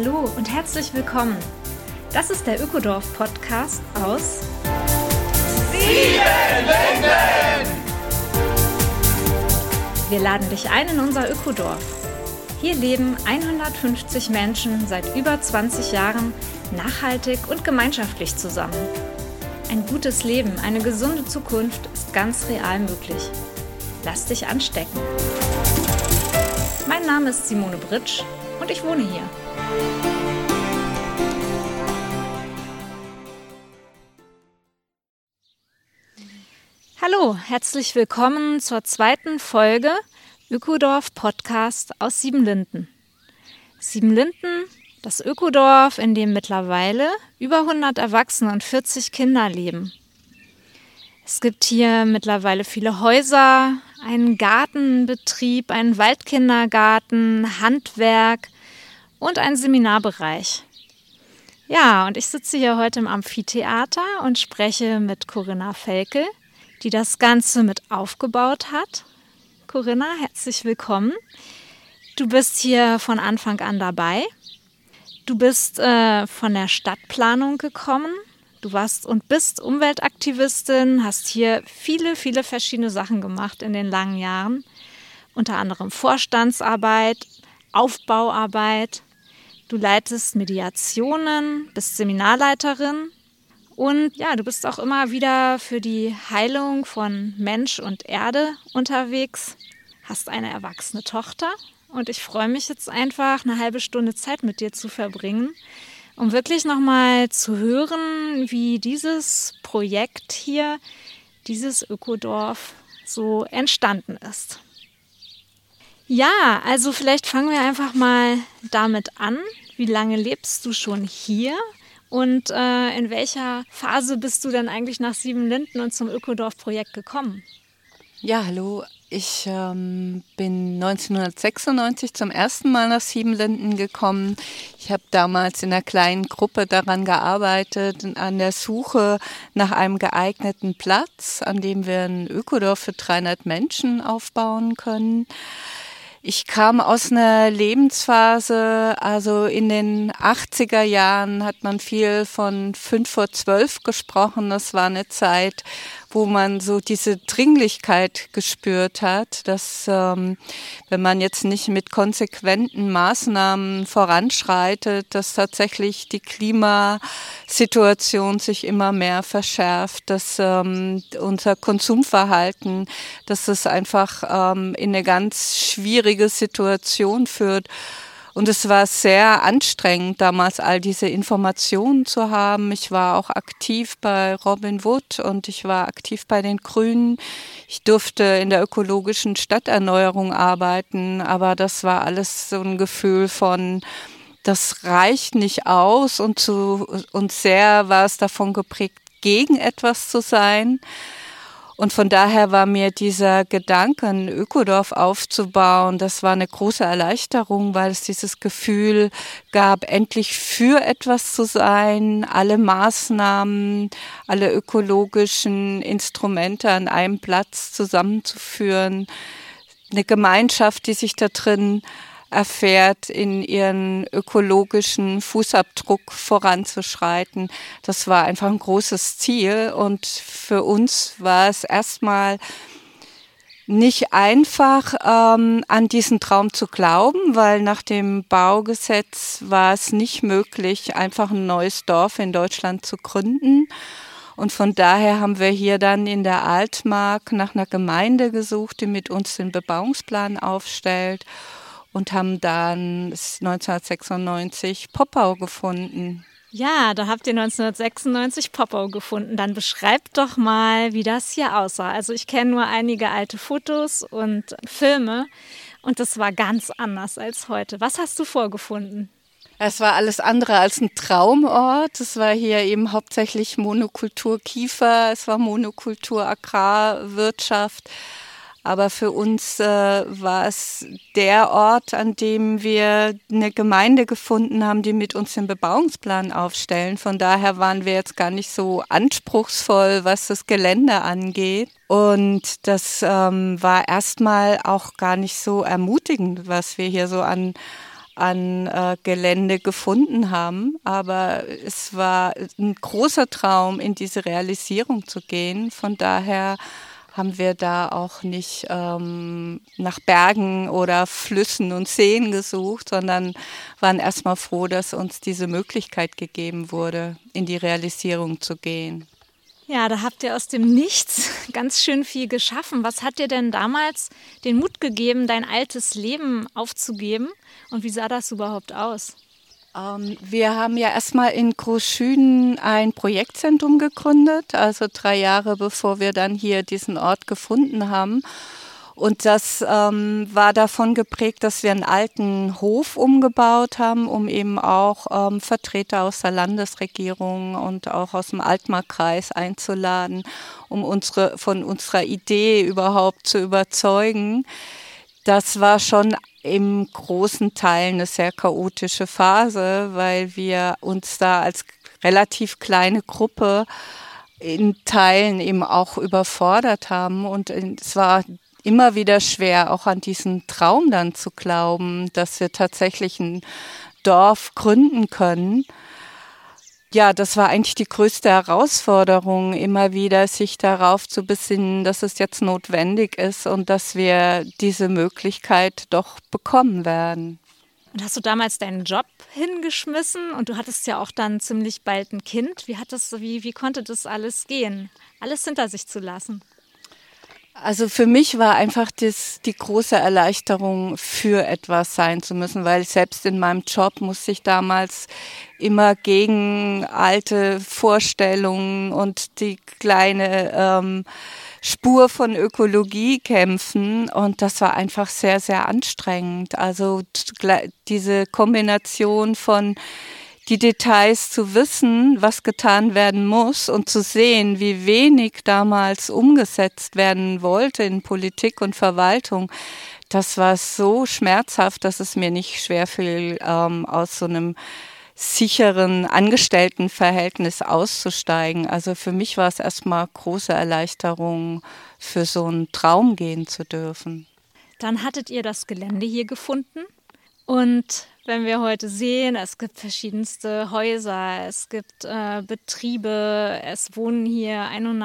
Hallo und herzlich willkommen. Das ist der Ökodorf-Podcast aus Siebenlinden! Wir laden dich ein in unser Ökodorf. Hier leben 150 Menschen seit über 20 Jahren nachhaltig und gemeinschaftlich zusammen. Ein gutes Leben, eine gesunde Zukunft ist ganz real möglich. Lass dich anstecken. Mein Name ist Simone Britsch und ich wohne hier. Hallo, herzlich willkommen zur zweiten Folge Ökodorf Podcast aus Siebenlinden. Siebenlinden, das Ökodorf, in dem mittlerweile über 100 Erwachsene und 40 Kinder leben. Es gibt hier mittlerweile viele Häuser, einen Gartenbetrieb, einen Waldkindergarten, Handwerk und einen Seminarbereich. Ja, und ich sitze hier heute im Amphitheater und spreche mit Corinna Felkel, die das Ganze mit aufgebaut hat. Corinna, herzlich willkommen. Du bist hier von Anfang an dabei. Du bist von der Stadtplanung gekommen. Du warst und bist Umweltaktivistin, hast hier viele verschiedene Sachen gemacht in den langen Jahren. Unter anderem Vorstandsarbeit, Aufbauarbeit. Du leitest Mediationen, bist Seminarleiterin. Und ja, du bist auch immer wieder für die Heilung von Mensch und Erde unterwegs, hast eine erwachsene Tochter und ich freue mich jetzt einfach, eine halbe Stunde Zeit mit dir zu verbringen, um wirklich nochmal zu hören, wie dieses Projekt hier, dieses Ökodorf so entstanden ist. Ja, also vielleicht fangen wir einfach mal damit an. Wie lange lebst du schon hier? Und in welcher Phase bist du denn eigentlich nach Siebenlinden und zum Ökodorf-Projekt gekommen? Ja, hallo. Ich bin 1996 zum ersten Mal nach Siebenlinden gekommen. Ich habe damals in einer kleinen Gruppe daran gearbeitet, an der Suche nach einem geeigneten Platz, an dem wir ein Ökodorf für 300 Menschen aufbauen können. Ich kam aus einer Lebensphase, also in den 80er Jahren hat man viel von 5 vor 12 gesprochen. Das war eine Zeit, wo man so diese Dringlichkeit gespürt hat, dass wenn man jetzt nicht mit konsequenten Maßnahmen voranschreitet, dass tatsächlich die Klimasituation sich immer mehr verschärft, dass unser Konsumverhalten, dass es einfach in eine ganz schwierige Situation führt. Und es war sehr anstrengend, damals all diese Informationen zu haben. Ich war auch aktiv bei Robin Wood und ich war aktiv bei den Grünen. Ich durfte in der ökologischen Stadterneuerung arbeiten, aber das war alles so ein Gefühl von, das reicht nicht aus und sehr war es davon geprägt, gegen etwas zu sein. Und von daher war mir dieser Gedanke, ein Ökodorf aufzubauen, das war eine große Erleichterung, weil es dieses Gefühl gab, endlich für etwas zu sein, alle Maßnahmen, alle ökologischen Instrumente an einem Platz zusammenzuführen, eine Gemeinschaft, die sich da drin erfährt, in ihren ökologischen Fußabdruck voranzuschreiten. Das war einfach ein großes Ziel und für uns war es erstmal nicht einfach, an diesen Traum zu glauben, weil nach dem Baugesetz war es nicht möglich, einfach ein neues Dorf in Deutschland zu gründen. Und von daher haben wir hier dann in der Altmark nach einer Gemeinde gesucht, die mit uns den Bebauungsplan aufstellt. Und haben dann 1996 Poppau gefunden. Ja, da habt ihr 1996 Poppau gefunden. Dann beschreibt doch mal, wie das hier aussah. Also ich kenne nur einige alte Fotos und Filme und das war ganz anders als heute. Was hast du vorgefunden? Es war alles andere als ein Traumort. Es war hier eben hauptsächlich Monokultur Kiefer, es war Monokultur Agrarwirtschaft. Aber für uns war es der Ort, an dem wir eine Gemeinde gefunden haben, die mit uns den Bebauungsplan aufstellen. Von daher waren wir jetzt gar nicht so anspruchsvoll, was das Gelände angeht. Und das war erstmal auch gar nicht so ermutigend, was wir hier so an an Gelände gefunden haben. Aber es war ein großer Traum, in diese Realisierung zu gehen. Von daher haben wir da auch nicht nach Bergen oder Flüssen und Seen gesucht, sondern waren erstmal froh, dass uns diese Möglichkeit gegeben wurde, in die Realisierung zu gehen. Ja, da habt ihr aus dem Nichts ganz schön viel geschaffen. Was hat dir denn damals den Mut gegeben, dein altes Leben aufzugeben? Und wie sah das überhaupt aus? Wir haben ja erstmal in Großschüden ein Projektzentrum gegründet, also 3 Jahre bevor wir dann hier diesen Ort gefunden haben. Und das war davon geprägt, dass wir einen alten Hof umgebaut haben, um eben auch Vertreter aus der Landesregierung und auch aus dem Altmarkkreis einzuladen, um von unserer Idee überhaupt zu überzeugen. Das war schon im großen Teil eine sehr chaotische Phase, weil wir uns da als relativ kleine Gruppe in Teilen eben auch überfordert haben. Und es war immer wieder schwer, auch an diesen Traum dann zu glauben, dass wir tatsächlich ein Dorf gründen können. Ja, das war eigentlich die größte Herausforderung, immer wieder sich darauf zu besinnen, dass es jetzt notwendig ist und dass wir diese Möglichkeit doch bekommen werden. Und hast du damals deinen Job hingeschmissen? Und du hattest ja auch dann ziemlich bald ein Kind. Wie konnte das alles gehen? Alles hinter sich zu lassen? Also für mich war einfach die große Erleichterung, für etwas sein zu müssen, weil selbst in meinem Job musste ich damals immer gegen alte Vorstellungen und die kleine Spur von Ökologie kämpfen, und das war einfach sehr, sehr anstrengend. Also diese Kombination von die Details zu wissen, was getan werden muss, und zu sehen, wie wenig damals umgesetzt werden wollte in Politik und Verwaltung, das war so schmerzhaft, dass es mir nicht schwerfiel, aus so einem sicheren Angestelltenverhältnis auszusteigen. Also für mich war es erstmal große Erleichterung, für so einen Traum gehen zu dürfen. Dann hattet ihr das Gelände hier gefunden. Und wenn wir heute sehen, es gibt verschiedenste Häuser, es gibt Betriebe, es wohnen hier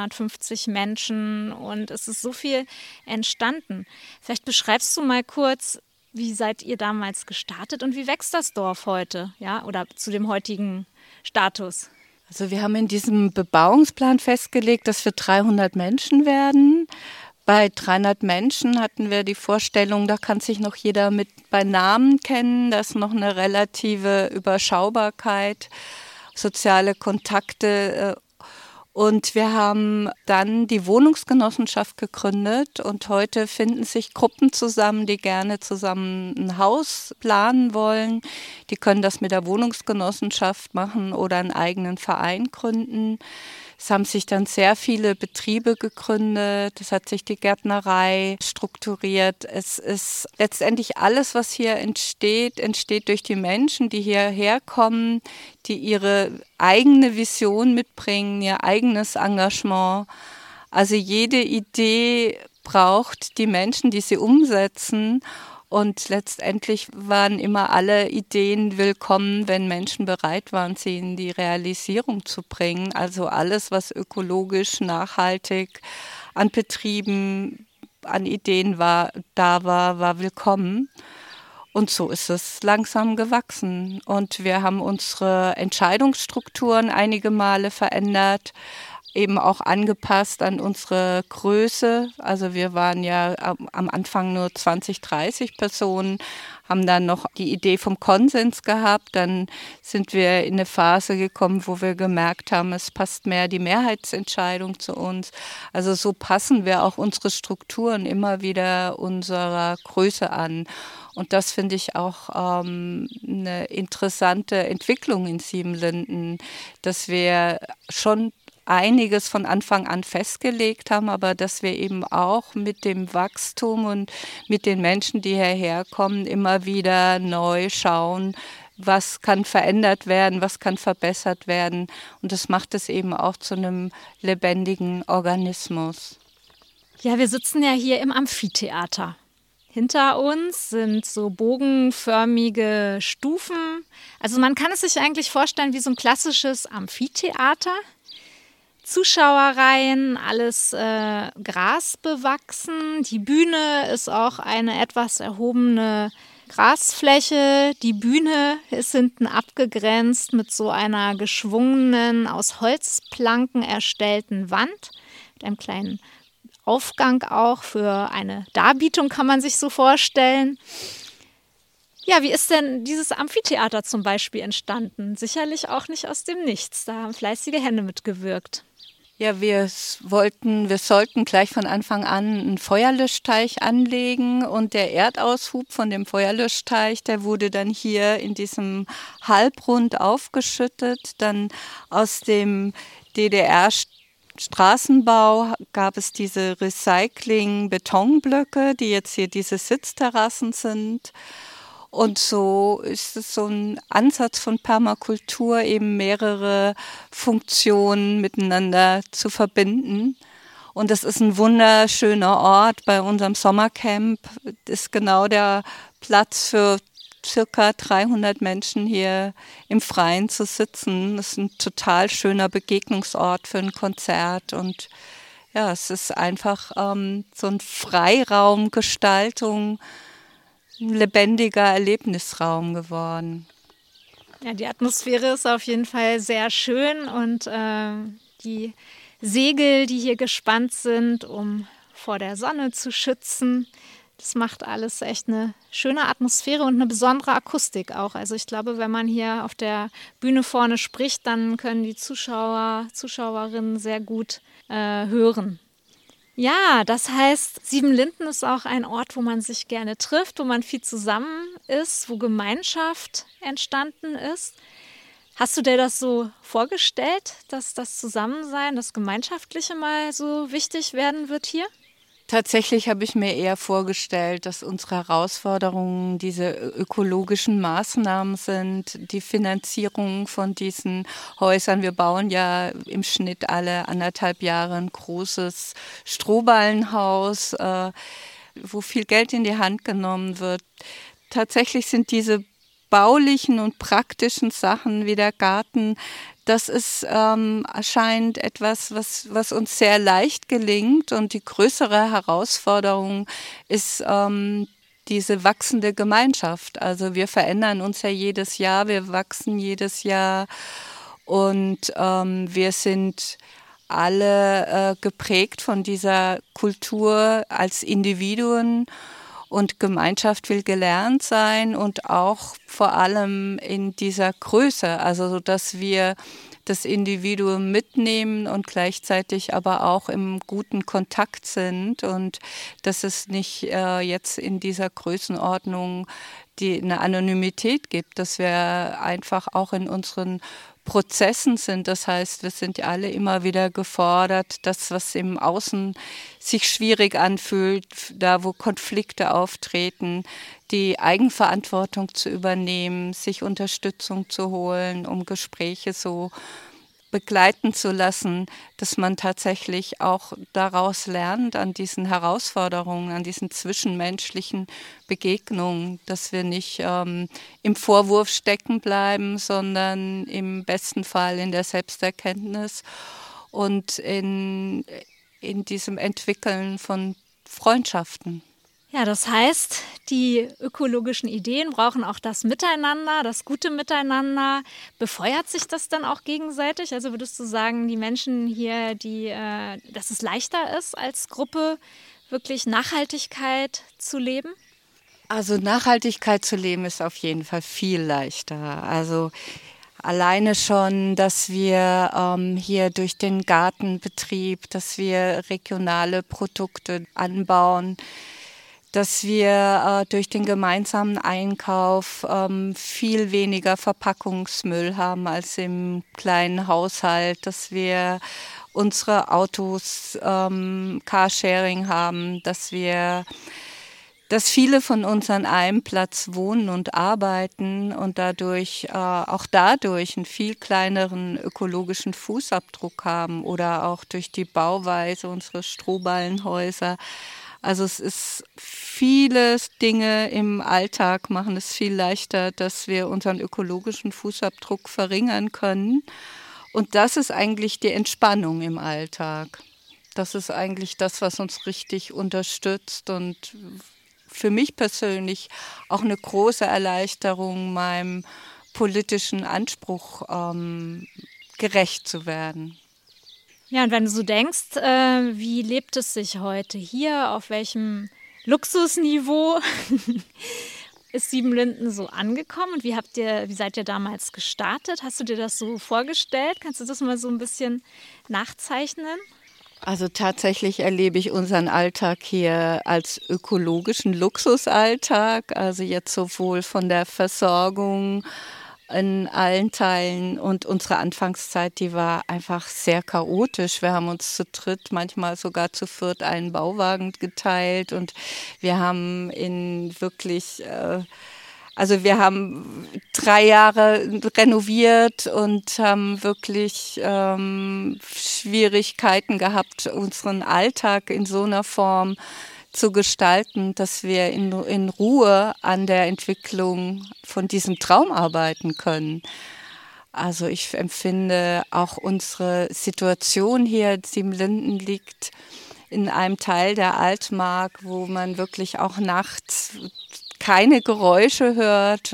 150 Menschen und es ist so viel entstanden. Vielleicht beschreibst du mal kurz, wie seid ihr damals gestartet und wie wächst das Dorf heute, ja, oder zu dem heutigen Status? Also wir haben in diesem Bebauungsplan festgelegt, dass wir 300 Menschen werden. Bei 300 Menschen hatten wir die Vorstellung, da kann sich noch jeder mit bei Namen kennen, da ist noch eine relative Überschaubarkeit, soziale Kontakte. Und wir haben dann die Wohnungsgenossenschaft gegründet, und heute finden sich Gruppen zusammen, die gerne zusammen ein Haus planen wollen. Die können das mit der Wohnungsgenossenschaft machen oder einen eigenen Verein gründen. Es haben sich dann sehr viele Betriebe gegründet, es hat sich die Gärtnerei strukturiert. Es ist letztendlich alles, was hier entsteht durch die Menschen, die hierher kommen, die ihre eigene Vision mitbringen, ihr eigenes Engagement. Also jede Idee braucht die Menschen, die sie umsetzen. Und letztendlich waren immer alle Ideen willkommen, wenn Menschen bereit waren, sie in die Realisierung zu bringen. Also alles, was ökologisch, nachhaltig an Betrieben, an Ideen war willkommen. Und so ist es langsam gewachsen. Und wir haben unsere Entscheidungsstrukturen einige Male verändert, eben auch angepasst an unsere Größe. Also wir waren ja am Anfang nur 20, 30 Personen, haben dann noch die Idee vom Konsens gehabt. Dann sind wir in eine Phase gekommen, wo wir gemerkt haben, es passt mehr die Mehrheitsentscheidung zu uns. Also so passen wir auch unsere Strukturen immer wieder unserer Größe an. Und das finde ich auch eine interessante Entwicklung in Siebenlinden, dass wir schon einiges von Anfang an festgelegt haben, aber dass wir eben auch mit dem Wachstum und mit den Menschen, die hierher kommen, immer wieder neu schauen, was kann verändert werden, was kann verbessert werden. Und das macht es eben auch zu einem lebendigen Organismus. Ja, wir sitzen ja hier im Amphitheater. Hinter uns sind so bogenförmige Stufen. Also man kann es sich eigentlich vorstellen wie so ein klassisches Amphitheater. Zuschauerreihen, alles grasbewachsen. Die Bühne ist auch eine etwas erhobene Grasfläche. Die Bühne ist hinten abgegrenzt mit so einer geschwungenen, aus Holzplanken erstellten Wand, mit einem kleinen Aufgang auch für eine Darbietung, kann man sich so vorstellen. Ja, wie ist denn dieses Amphitheater zum Beispiel entstanden? Sicherlich auch nicht aus dem Nichts, da haben fleißige Hände mitgewirkt. Ja, wir sollten gleich von Anfang an einen Feuerlöschteich anlegen und der Erdaushub von dem Feuerlöschteich, der wurde dann hier in diesem Halbrund aufgeschüttet. Dann aus dem DDR-Straßenbau gab es diese Recycling-Betonblöcke, die jetzt hier diese Sitzterrassen sind. Und so ist es so ein Ansatz von Permakultur, eben mehrere Funktionen miteinander zu verbinden. Und das ist ein wunderschöner Ort. Bei unserem Sommercamp ist genau der Platz für circa 300 Menschen hier im Freien zu sitzen. Das ist ein total schöner Begegnungsort für ein Konzert. Und ja, es ist einfach so ein Freiraumgestaltung, ein lebendiger Erlebnisraum geworden. Ja, die Atmosphäre ist auf jeden Fall sehr schön und die Segel, die hier gespannt sind, um vor der Sonne zu schützen, das macht alles echt eine schöne Atmosphäre und eine besondere Akustik auch. Also ich glaube, wenn man hier auf der Bühne vorne spricht, dann können die Zuschauer, Zuschauerinnen sehr gut hören. Ja, das heißt, Siebenlinden ist auch ein Ort, wo man sich gerne trifft, wo man viel zusammen ist, wo Gemeinschaft entstanden ist. Hast du dir das so vorgestellt, dass das Zusammensein, das Gemeinschaftliche mal so wichtig werden wird hier? Tatsächlich habe ich mir eher vorgestellt, dass unsere Herausforderungen diese ökologischen Maßnahmen sind, die Finanzierung von diesen Häusern. Wir bauen ja im Schnitt alle 1,5 Jahre ein großes Strohballenhaus, wo viel Geld in die Hand genommen wird. Tatsächlich sind diese baulichen und praktischen Sachen wie der Garten, das ist erscheint etwas, was uns sehr leicht gelingt. Und die größere Herausforderung ist diese wachsende Gemeinschaft. Also wir verändern uns ja jedes Jahr, wir wachsen jedes Jahr und wir sind alle geprägt von dieser Kultur als Individuen. Und Gemeinschaft will gelernt sein und auch vor allem in dieser Größe, also dass wir das Individuum mitnehmen und gleichzeitig aber auch im guten Kontakt sind und dass es nicht jetzt in dieser Größenordnung eine Anonymität gibt, dass wir einfach auch in unseren Prozessen sind. Das heißt, wir sind ja alle immer wieder gefordert, das, was im Außen sich schwierig anfühlt, da wo Konflikte auftreten, die Eigenverantwortung zu übernehmen, sich Unterstützung zu holen, um Gespräche so begleiten zu lassen, dass man tatsächlich auch daraus lernt, an diesen Herausforderungen, an diesen zwischenmenschlichen Begegnungen, dass wir nicht im Vorwurf stecken bleiben, sondern im besten Fall in der Selbsterkenntnis und in diesem Entwickeln von Freundschaften. Ja, das heißt, die ökologischen Ideen brauchen auch das Miteinander, das gute Miteinander. Befeuert sich das dann auch gegenseitig? Also würdest du sagen, die Menschen hier, dass es leichter ist, als Gruppe wirklich Nachhaltigkeit zu leben? Also Nachhaltigkeit zu leben ist auf jeden Fall viel leichter. Also alleine schon, dass wir hier durch den Gartenbetrieb, dass wir regionale Produkte anbauen, dass wir durch den gemeinsamen Einkauf viel weniger Verpackungsmüll haben als im kleinen Haushalt, dass wir unsere Autos Carsharing haben, dass viele von uns an einem Platz wohnen und arbeiten und dadurch einen viel kleineren ökologischen Fußabdruck haben oder auch durch die Bauweise unserer Strohballenhäuser. Also es ist viele Dinge im Alltag machen es viel leichter, dass wir unseren ökologischen Fußabdruck verringern können. Und das ist eigentlich die Entspannung im Alltag. Das ist eigentlich das, was uns richtig unterstützt und für mich persönlich auch eine große Erleichterung, meinem politischen Anspruch gerecht zu werden. Ja, und wenn du so denkst, wie lebt es sich heute hier? Auf welchem Luxusniveau ist Siebenlinden so angekommen? Und wie seid ihr damals gestartet? Hast du dir das so vorgestellt? Kannst du das mal so ein bisschen nachzeichnen? Also tatsächlich erlebe ich unseren Alltag hier als ökologischen Luxusalltag. Also jetzt sowohl von der Versorgung in allen Teilen und unsere Anfangszeit, die war einfach sehr chaotisch. Wir haben uns zu dritt, manchmal sogar zu viert einen Bauwagen geteilt und wir haben also wir haben 3 Jahre renoviert und haben wirklich Schwierigkeiten gehabt, unseren Alltag in so einer Form zu gestalten, dass wir in Ruhe an der Entwicklung von diesem Traum arbeiten können. Also ich empfinde auch unsere Situation hier in Siebenlinden liegt in einem Teil der Altmark, wo man wirklich auch nachts keine Geräusche hört.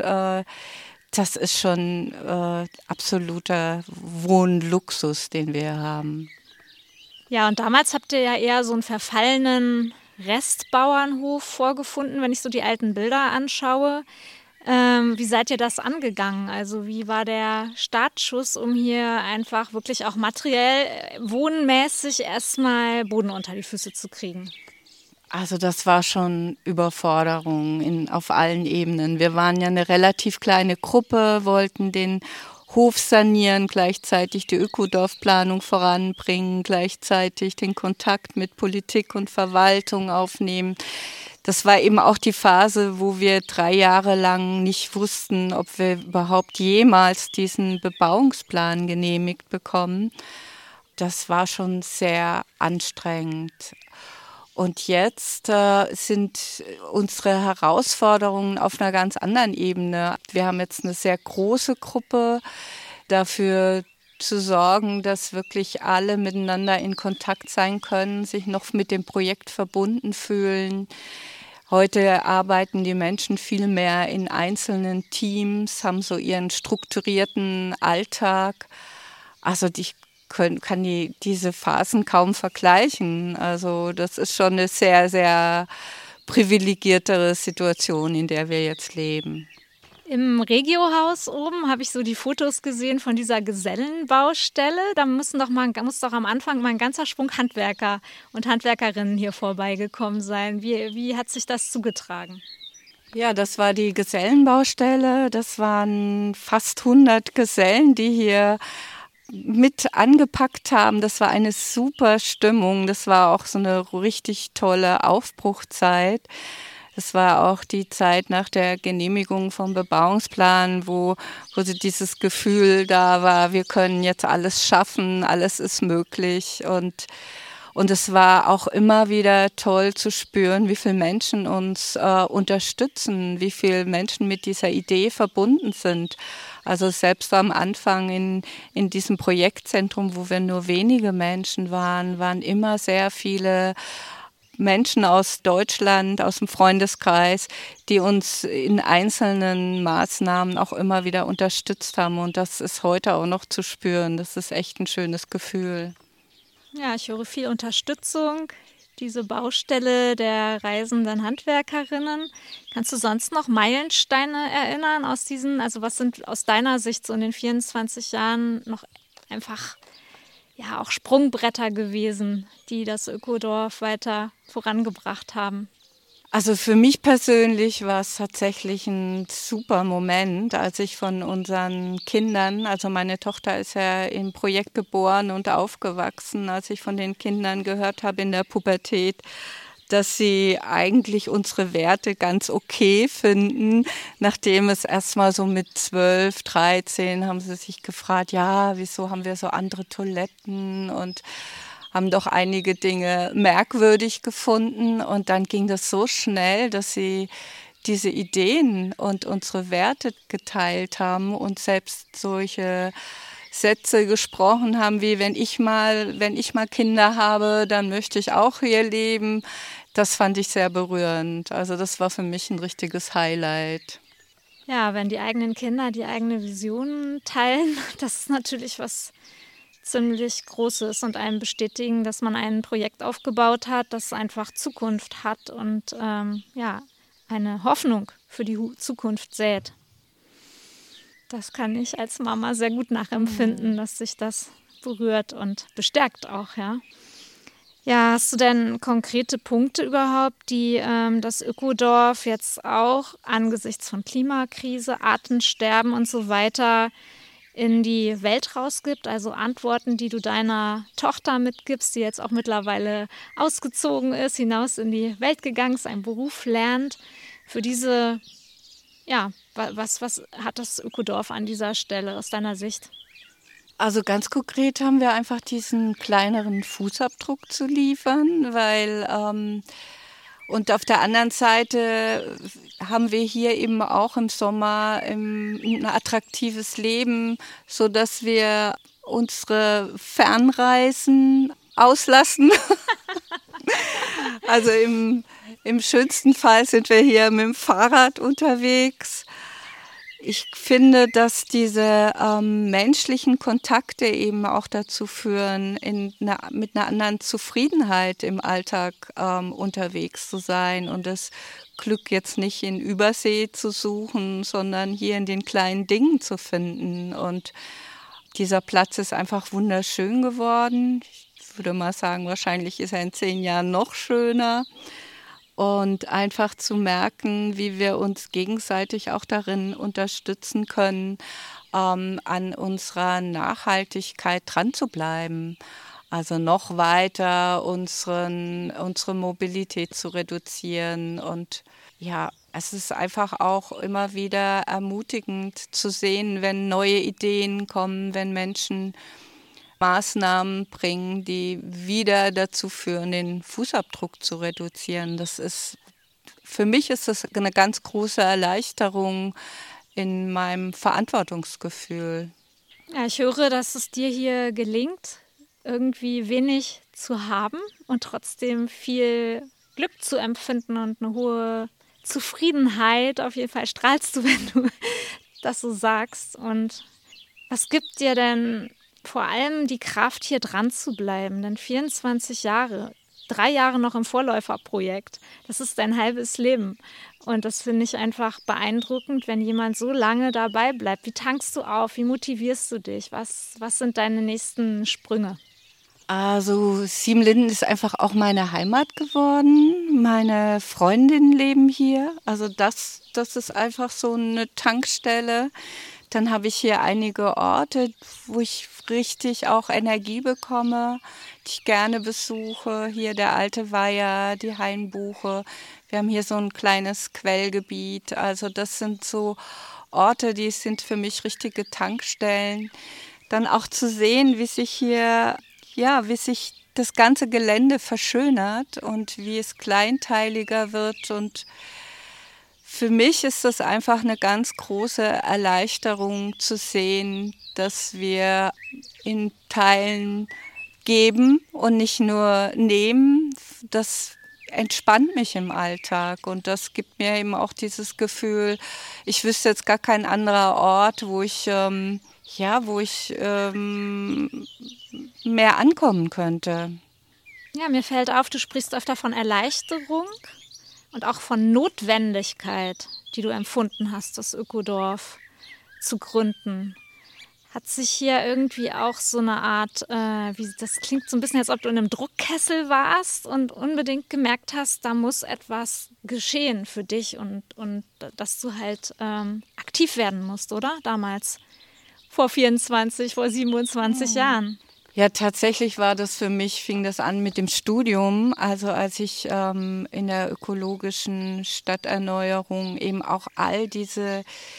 Das ist schon absoluter Wohnluxus, den wir haben. Ja, und damals habt ihr ja eher so einen verfallenen Restbauernhof vorgefunden, wenn ich so die alten Bilder anschaue. Wie seid ihr das angegangen? Also wie war der Startschuss, um hier einfach wirklich auch materiell, wohnmäßig erstmal Boden unter die Füße zu kriegen? Also das war schon Überforderung auf allen Ebenen. Wir waren ja eine relativ kleine Gruppe, wollten den Hof sanieren, gleichzeitig die Ökodorfplanung voranbringen, gleichzeitig den Kontakt mit Politik und Verwaltung aufnehmen. Das war eben auch die Phase, wo wir 3 Jahre lang nicht wussten, ob wir überhaupt jemals diesen Bebauungsplan genehmigt bekommen. Das war schon sehr anstrengend. Und jetzt sind unsere Herausforderungen auf einer ganz anderen Ebene. Wir haben jetzt eine sehr große Gruppe, dafür zu sorgen, dass wirklich alle miteinander in Kontakt sein können, sich noch mit dem Projekt verbunden fühlen. Heute arbeiten die Menschen viel mehr in einzelnen Teams, haben so ihren strukturierten Alltag. Also kann diese Phasen kaum vergleichen. Also das ist schon eine sehr, sehr privilegiertere Situation, in der wir jetzt leben. Im Regiohaus oben habe ich so die Fotos gesehen von dieser Gesellenbaustelle. Da muss doch am Anfang mal ein ganzer Schwung Handwerker und Handwerkerinnen hier vorbeigekommen sein. Wie hat sich das zugetragen? Ja, das war die Gesellenbaustelle. Das waren fast 100 Gesellen, die hier mit angepackt haben. Das war eine super Stimmung. Das war auch so eine richtig tolle Aufbruchzeit. Das war auch die Zeit nach der Genehmigung vom Bebauungsplan, wo so dieses Gefühl da war, wir können jetzt alles schaffen, alles ist möglich. Und es war auch immer wieder toll zu spüren, wie viele Menschen uns unterstützen, wie viele Menschen mit dieser Idee verbunden sind. Also selbst am Anfang in diesem Projektzentrum, wo wir nur wenige Menschen waren immer sehr viele Menschen aus Deutschland, aus dem Freundeskreis, die uns in einzelnen Maßnahmen auch immer wieder unterstützt haben. Und das ist heute auch noch zu spüren. Das ist echt ein schönes Gefühl. Ja, ich höre viel Unterstützung, diese Baustelle der reisenden Handwerkerinnen. Kannst du sonst noch Meilensteine erinnern also was sind aus deiner Sicht so in den 24 Jahren noch einfach auch Sprungbretter gewesen, die das Ökodorf weiter vorangebracht haben? Also für mich persönlich war es tatsächlich ein super Moment, als ich von unseren Kindern, also meine Tochter ist ja im Projekt geboren und aufgewachsen, als ich von den Kindern gehört habe in der Pubertät, dass sie eigentlich unsere Werte ganz okay finden. Nachdem es erstmal so mit 12, 13 haben sie sich gefragt, ja, wieso haben wir so andere Toiletten und haben doch einige Dinge merkwürdig gefunden. Und dann ging das so schnell, dass sie diese Ideen und unsere Werte geteilt haben und selbst solche Sätze gesprochen haben, wie wenn ich mal Kinder habe, dann möchte ich auch hier leben. Das fand ich sehr berührend. Also das war für mich ein richtiges Highlight. Ja, wenn die eigenen Kinder die eigene Vision teilen, das ist natürlich was ziemlich Großes und einem bestätigen, dass man ein Projekt aufgebaut hat, das einfach Zukunft hat und eine Hoffnung für die Zukunft sät. Das kann ich als Mama sehr gut nachempfinden, dass sich das berührt und bestärkt auch, ja. Ja, hast du denn konkrete Punkte überhaupt, die das Ökodorf jetzt auch angesichts von Klimakrise, Artensterben und so weiter in die Welt rausgibt? Also Antworten, die du deiner Tochter mitgibst, die jetzt auch mittlerweile ausgezogen ist, hinaus in die Welt gegangen ist, einen Beruf lernt. Für diese, was hat das Ökodorf an dieser Stelle aus deiner Sicht? Also ganz konkret haben wir einfach diesen kleineren Fußabdruck zu liefern, weil und auf der anderen Seite haben wir hier eben auch im Sommer ein attraktives Leben, so dass wir unsere Fernreisen auslassen. Also im schönsten Fall sind wir hier mit dem Fahrrad unterwegs. Ich finde, dass diese menschlichen Kontakte eben auch dazu führen, mit einer anderen Zufriedenheit im Alltag unterwegs zu sein und das Glück jetzt nicht in Übersee zu suchen, sondern hier in den kleinen Dingen zu finden. Und dieser Platz ist einfach wunderschön geworden. Ich würde mal sagen, wahrscheinlich ist er in 10 Jahren noch schöner. Und einfach zu merken, wie wir uns gegenseitig auch darin unterstützen können, an unserer Nachhaltigkeit dran zu bleiben. Also noch weiter unsere Mobilität zu reduzieren. Und ja, es ist einfach auch immer wieder ermutigend zu sehen, wenn neue Ideen kommen, wenn Menschen Maßnahmen bringen, die wieder dazu führen, den Fußabdruck zu reduzieren. Für mich ist das eine ganz große Erleichterung in meinem Verantwortungsgefühl. Ja, ich höre, dass es dir hier gelingt, irgendwie wenig zu haben und trotzdem viel Glück zu empfinden und eine hohe Zufriedenheit. Auf jeden Fall strahlst du, wenn du das so sagst. Und was gibt dir denn vor allem die Kraft, hier dran zu bleiben? Denn 24 Jahre, 3 Jahre noch im Vorläuferprojekt, das ist dein halbes Leben. Und das finde ich einfach beeindruckend, wenn jemand so lange dabei bleibt. Wie tankst du auf? Wie motivierst du dich? Was sind deine nächsten Sprünge? Also Siebenlinden ist einfach auch meine Heimat geworden. Meine Freundinnen leben hier. Also das ist einfach so eine Tankstelle. Dann habe ich hier einige Orte, wo ich richtig auch Energie bekomme, die ich gerne besuche. Hier der Alte Weiher, die Hainbuche. Wir haben hier so ein kleines Quellgebiet. Also das sind so Orte, die sind für mich richtige Tankstellen. Dann auch zu sehen, wie sich das ganze Gelände verschönert und wie es kleinteiliger wird. Und für mich ist das einfach eine ganz große Erleichterung zu sehen, dass wir in Teilen geben und nicht nur nehmen. Das entspannt mich im Alltag und das gibt mir eben auch dieses Gefühl, ich wüsste jetzt gar kein anderer Ort, wo ich mehr ankommen könnte. Ja, mir fällt auf, du sprichst öfter von Erleichterung und auch von Notwendigkeit, die du empfunden hast, das Ökodorf zu gründen. Hat sich hier irgendwie auch so eine Art, das klingt so ein bisschen, als ob du in einem Druckkessel warst und unbedingt gemerkt hast, da muss etwas geschehen für dich und dass du halt aktiv werden musst, oder? Damals, vor 27 Jahren. Ja, tatsächlich war das für mich, fing das an mit dem Studium. Also als ich in der ökologischen Stadterneuerung eben auch all diese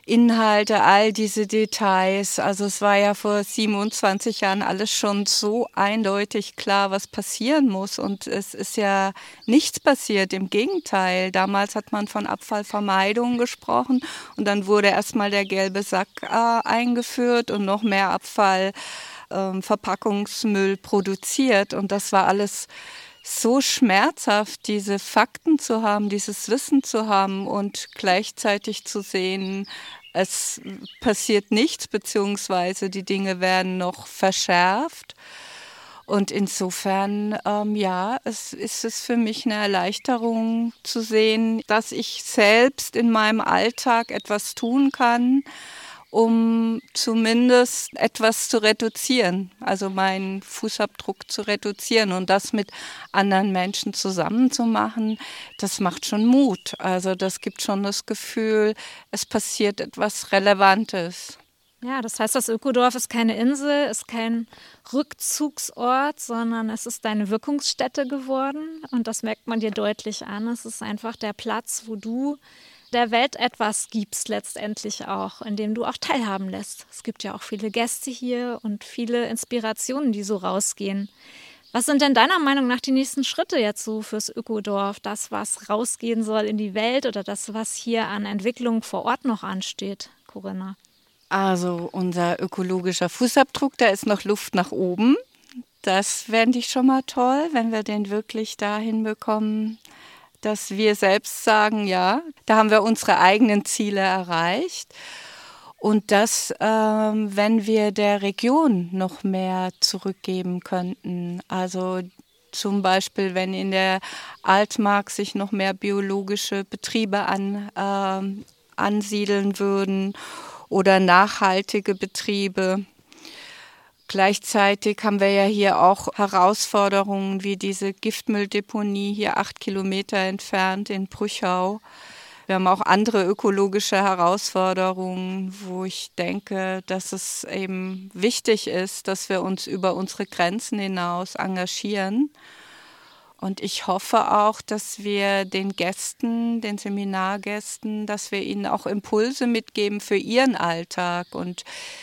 Inhalte, all diese Details. Also es war ja vor 27 Jahren alles schon so eindeutig klar, was passieren muss. Und es ist ja nichts passiert. Im Gegenteil. Damals hat man von Abfallvermeidung gesprochen und dann wurde erstmal der gelbe Sack eingeführt und noch mehr Abfall, Verpackungsmüll produziert. Und das war alles so schmerzhaft, diese Fakten zu haben, dieses Wissen zu haben und gleichzeitig zu sehen, es passiert nichts, beziehungsweise die Dinge werden noch verschärft. Und insofern, es ist für mich eine Erleichterung zu sehen, dass ich selbst in meinem Alltag etwas tun kann, um zumindest etwas zu reduzieren, also meinen Fußabdruck zu reduzieren und das mit anderen Menschen zusammen zu machen, das macht schon Mut. Also das gibt schon das Gefühl, es passiert etwas Relevantes. Ja, das heißt, das Ökodorf ist keine Insel, ist kein Rückzugsort, sondern es ist deine Wirkungsstätte geworden und das merkt man dir deutlich an. Es ist einfach der Platz, wo du der Welt etwas gibst letztendlich auch, indem du auch teilhaben lässt. Es gibt ja auch viele Gäste hier und viele Inspirationen, die so rausgehen. Was sind denn deiner Meinung nach die nächsten Schritte jetzt so fürs Ökodorf? Das, was rausgehen soll in die Welt oder das, was hier an Entwicklung vor Ort noch ansteht, Corinna? Also unser ökologischer Fußabdruck, da ist noch Luft nach oben. Das fände ich schon mal toll, wenn wir den wirklich dahin bekommen, dass wir selbst sagen, ja, da haben wir unsere eigenen Ziele erreicht. Und dass, wenn wir der Region noch mehr zurückgeben könnten, also zum Beispiel, wenn in der Altmark sich noch mehr biologische Betriebe ansiedeln würden oder nachhaltige Betriebe. Gleichzeitig haben wir ja hier auch Herausforderungen wie diese Giftmülldeponie hier 8 Kilometer entfernt in Brüchau. Wir haben auch andere ökologische Herausforderungen, wo ich denke, dass es eben wichtig ist, dass wir uns über unsere Grenzen hinaus engagieren. Und ich hoffe auch, dass wir den Gästen, den Seminargästen, dass wir ihnen auch Impulse mitgeben für ihren Alltag. Und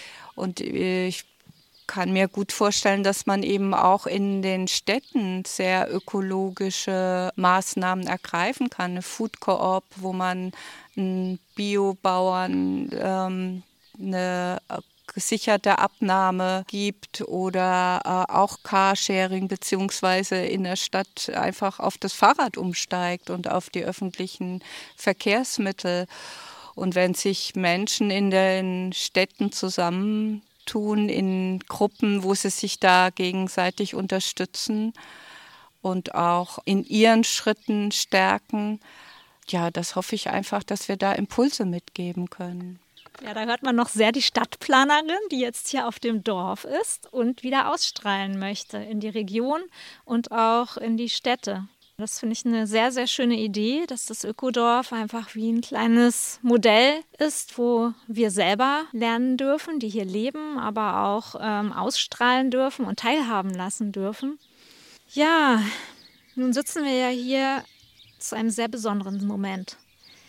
ich kann mir gut vorstellen, dass man eben auch in den Städten sehr ökologische Maßnahmen ergreifen kann. Eine Food Coop, wo man einen Biobauern eine gesicherte Abnahme gibt oder auch Carsharing beziehungsweise in der Stadt einfach auf das Fahrrad umsteigt und auf die öffentlichen Verkehrsmittel. Und wenn sich Menschen in den Städten zusammentun in Gruppen, wo sie sich da gegenseitig unterstützen und auch in ihren Schritten stärken, ja, das hoffe ich einfach, dass wir da Impulse mitgeben können. Ja, da hört man noch sehr die Stadtplanerin, die jetzt hier auf dem Dorf ist und wieder ausstrahlen möchte in die Region und auch in die Städte. Das finde ich eine sehr, sehr schöne Idee, dass das Ökodorf einfach wie ein kleines Modell ist, wo wir selber lernen dürfen, die hier leben, aber auch ausstrahlen dürfen und teilhaben lassen dürfen. Ja, nun sitzen wir ja hier zu einem sehr besonderen Moment.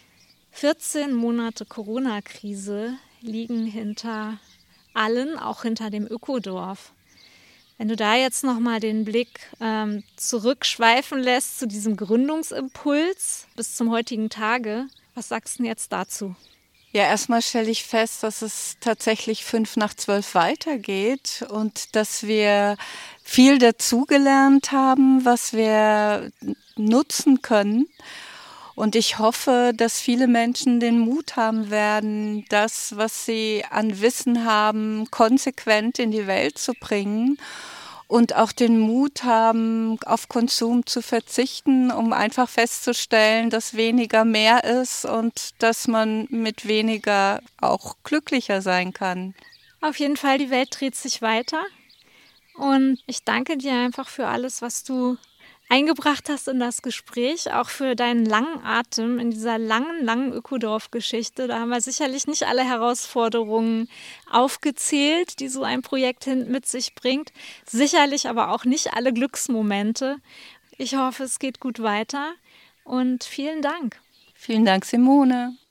14 Monate Corona-Krise liegen hinter allen, auch hinter dem Ökodorf. Wenn du da jetzt nochmal den Blick zurückschweifen lässt zu diesem Gründungsimpuls bis zum heutigen Tage, was sagst du denn jetzt dazu? Ja, erstmal stelle ich fest, dass es tatsächlich 11:55 weitergeht und dass wir viel dazugelernt haben, was wir nutzen können. Und ich hoffe, dass viele Menschen den Mut haben werden, das, was sie an Wissen haben, konsequent in die Welt zu bringen und auch den Mut haben, auf Konsum zu verzichten, um einfach festzustellen, dass weniger mehr ist und dass man mit weniger auch glücklicher sein kann. Auf jeden Fall, die Welt dreht sich weiter. Und ich danke dir einfach für alles, was du eingebracht hast in das Gespräch, auch für deinen langen Atem in dieser langen Ökodorf-Geschichte. Da haben wir sicherlich nicht alle Herausforderungen aufgezählt, die so ein Projekt mit sich bringt. Sicherlich aber auch nicht alle Glücksmomente. Ich hoffe, es geht gut weiter und vielen Dank. Vielen Dank, Simone.